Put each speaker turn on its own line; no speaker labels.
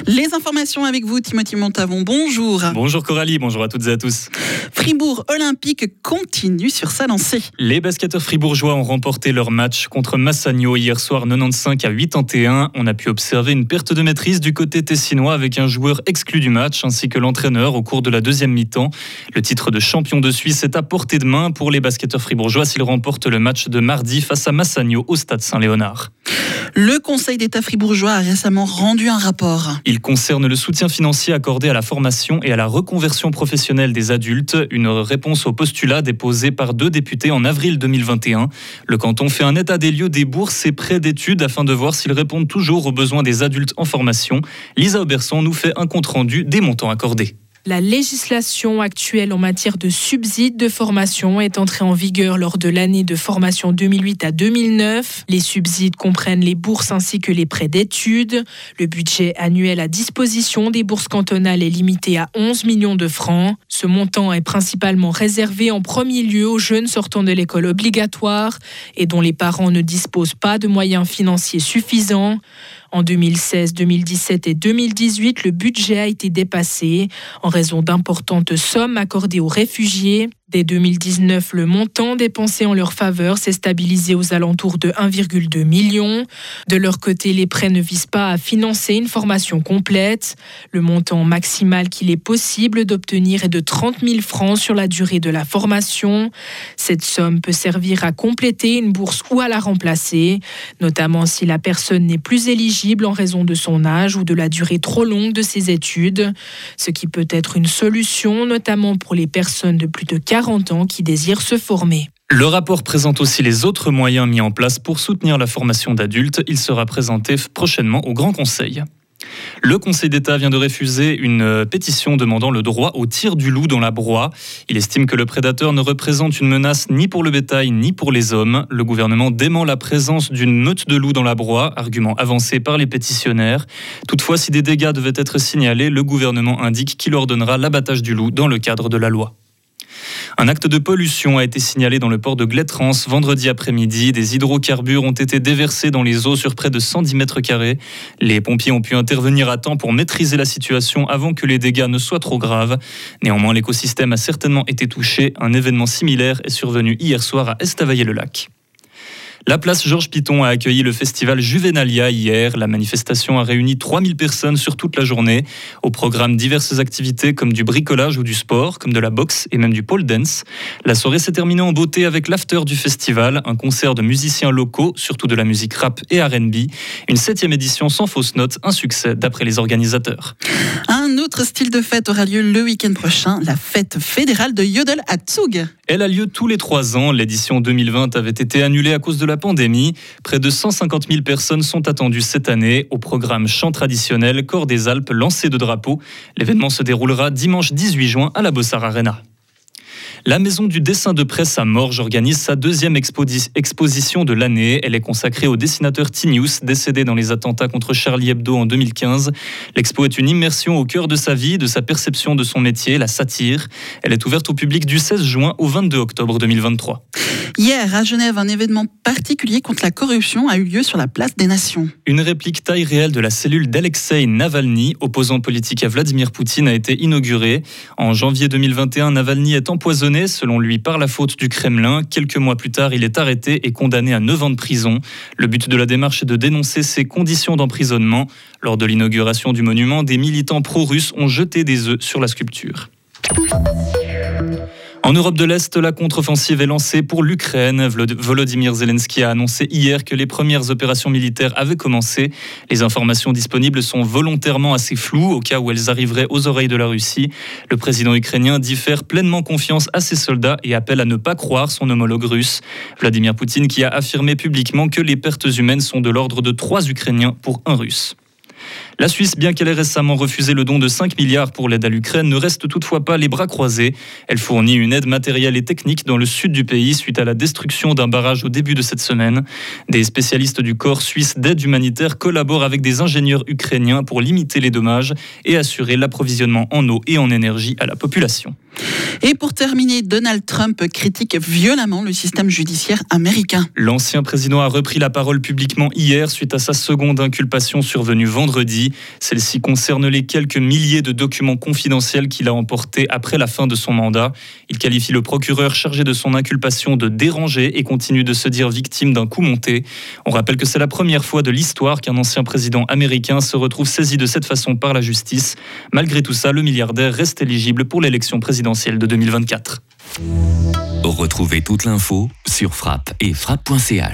Les informations avec vous, Timothy Montavon. Bonjour.
Bonjour Coralie, bonjour à toutes et à tous.
Fribourg Olympique continue sur sa lancée.
Les basketteurs fribourgeois ont remporté leur match contre Massagno hier soir 95-81. On a pu observer une perte de maîtrise du côté tessinois avec un joueur exclu du match ainsi que l'entraîneur au cours de la deuxième mi-temps. Le titre de champion de Suisse est à portée de main pour les basketteurs fribourgeois s'ils remportent le match de mardi face à Massagno au stade Saint-Léonard.
Le Conseil d'État fribourgeois a récemment rendu un rapport.
Il concerne le soutien financier accordé à la formation et à la reconversion professionnelle des adultes, une réponse au postulat déposé par 2 députés en avril 2021. Le canton fait un état des lieux des bourses et prêts d'études afin de voir s'ils répondent toujours aux besoins des adultes en formation. Lisa Auberson nous fait un compte-rendu des montants accordés.
La législation actuelle en matière de subsides de formation est entrée en vigueur lors de l'année de formation 2008 à 2009. Les subsides comprennent les bourses ainsi que les prêts d'études. Le budget annuel à disposition des bourses cantonales est limité à 11 millions de francs. Ce montant est principalement réservé en premier lieu aux jeunes sortant de l'école obligatoire et dont les parents ne disposent pas de moyens financiers suffisants. En 2016, 2017 et 2018, le budget a été dépassé en raison d'importantes sommes accordées aux réfugiés. Dès 2019, le montant dépensé en leur faveur s'est stabilisé aux alentours de 1,2 million. De leur côté, les prêts ne visent pas à financer une formation complète. Le montant maximal qu'il est possible d'obtenir est de 30 000 francs sur la durée de la formation. Cette somme peut servir à compléter une bourse ou à la remplacer, notamment si la personne n'est plus éligible en raison de son âge ou de la durée trop longue de ses études, ce qui peut être une solution, notamment pour les personnes de plus de 40 ans qui désirent se former.
Le rapport présente aussi les autres moyens mis en place pour soutenir la formation d'adultes. Il sera présenté prochainement au Grand Conseil. Le Conseil d'État vient de refuser une pétition demandant le droit au tir du loup dans la broie. Il estime que le prédateur ne représente une menace ni pour le bétail ni pour les hommes. Le gouvernement dément la présence d'une meute de loups dans la broie, argument avancé par les pétitionnaires. Toutefois, si des dégâts devaient être signalés, le gouvernement indique qu'il ordonnera l'abattage du loup dans le cadre de la loi. Un acte de pollution a été signalé dans le port de Glettrance vendredi après-midi. Des hydrocarbures ont été déversés dans les eaux sur près de 110 mètres carrés. Les pompiers ont pu intervenir à temps pour maîtriser la situation avant que les dégâts ne soient trop graves. Néanmoins, l'écosystème a certainement été touché. Un événement similaire est survenu hier soir à Estavayer-le-Lac. La place Georges Piton a accueilli le festival Juvenalia hier. La manifestation a réuni 3000 personnes sur toute la journée. Au programme, diverses activités comme du bricolage ou du sport, comme de la boxe et même du pole dance. La soirée s'est terminée en beauté avec l'after du festival, un concert de musiciens locaux, surtout de la musique rap et R&B. Une 7e édition sans fausse note, un succès d'après les organisateurs.
Un autre style de fête aura lieu le week-end prochain, la fête fédérale de Jodel à Zug.
Elle a lieu tous les 3 ans. L'édition 2020 avait été annulée à cause de la pandémie. Près de 150 000 personnes sont attendues cette année. Au programme chant traditionnel, corps des Alpes, lancer de drapeau. L'événement se déroulera dimanche 18 juin à la Bossard Arena. La Maison du dessin de presse à Morges organise sa 2e exposition de l'année. Elle est consacrée au dessinateur Tinius, décédé dans les attentats contre Charlie Hebdo en 2015. L'expo est une immersion au cœur de sa vie, de sa perception de son métier, la satire. Elle est ouverte au public du 16 juin au 22 octobre 2023.
Hier, à Genève, un événement particulier contre la corruption a eu lieu sur la place des Nations.
Une réplique taille réelle de la cellule d'Alexeï Navalny, opposant politique à Vladimir Poutine, a été inaugurée. En janvier 2021, Navalny est empoisonné, selon lui, par la faute du Kremlin. Quelques mois plus tard, il est arrêté et condamné à 9 ans de prison. Le but de la démarche est de dénoncer ses conditions d'emprisonnement. Lors de l'inauguration du monument, des militants pro-russes ont jeté des œufs sur la sculpture. En Europe de l'Est, la contre-offensive est lancée pour l'Ukraine. Volodymyr Zelensky a annoncé hier que les premières opérations militaires avaient commencé. Les informations disponibles sont volontairement assez floues au cas où elles arriveraient aux oreilles de la Russie. Le président ukrainien dit faire pleinement confiance à ses soldats et appelle à ne pas croire son homologue russe. Vladimir Poutine qui a affirmé publiquement que les pertes humaines sont de l'ordre de 3 Ukrainiens pour 1 Russe. La Suisse, bien qu'elle ait récemment refusé le don de 5 milliards pour l'aide à l'Ukraine, ne reste toutefois pas les bras croisés. Elle fournit une aide matérielle et technique dans le sud du pays suite à la destruction d'un barrage au début de cette semaine. Des spécialistes du corps suisse d'aide humanitaire collaborent avec des ingénieurs ukrainiens pour limiter les dommages et assurer l'approvisionnement en eau et en énergie à la population.
Et pour terminer, Donald Trump critique violemment le système judiciaire américain.
L'ancien président a repris la parole publiquement hier suite à sa seconde inculpation survenue vendredi. Celle-ci concerne les quelques milliers de documents confidentiels qu'il a emportés après la fin de son mandat. Il qualifie le procureur chargé de son inculpation de déranger et continue de se dire victime d'un coup monté. On rappelle que c'est la première fois de l'histoire qu'un ancien président américain se retrouve saisi de cette façon par la justice. Malgré tout ça, le milliardaire reste éligible pour l'élection présidentielle de 2024.
Retrouvez toute l'info sur frappe et frappe.ch.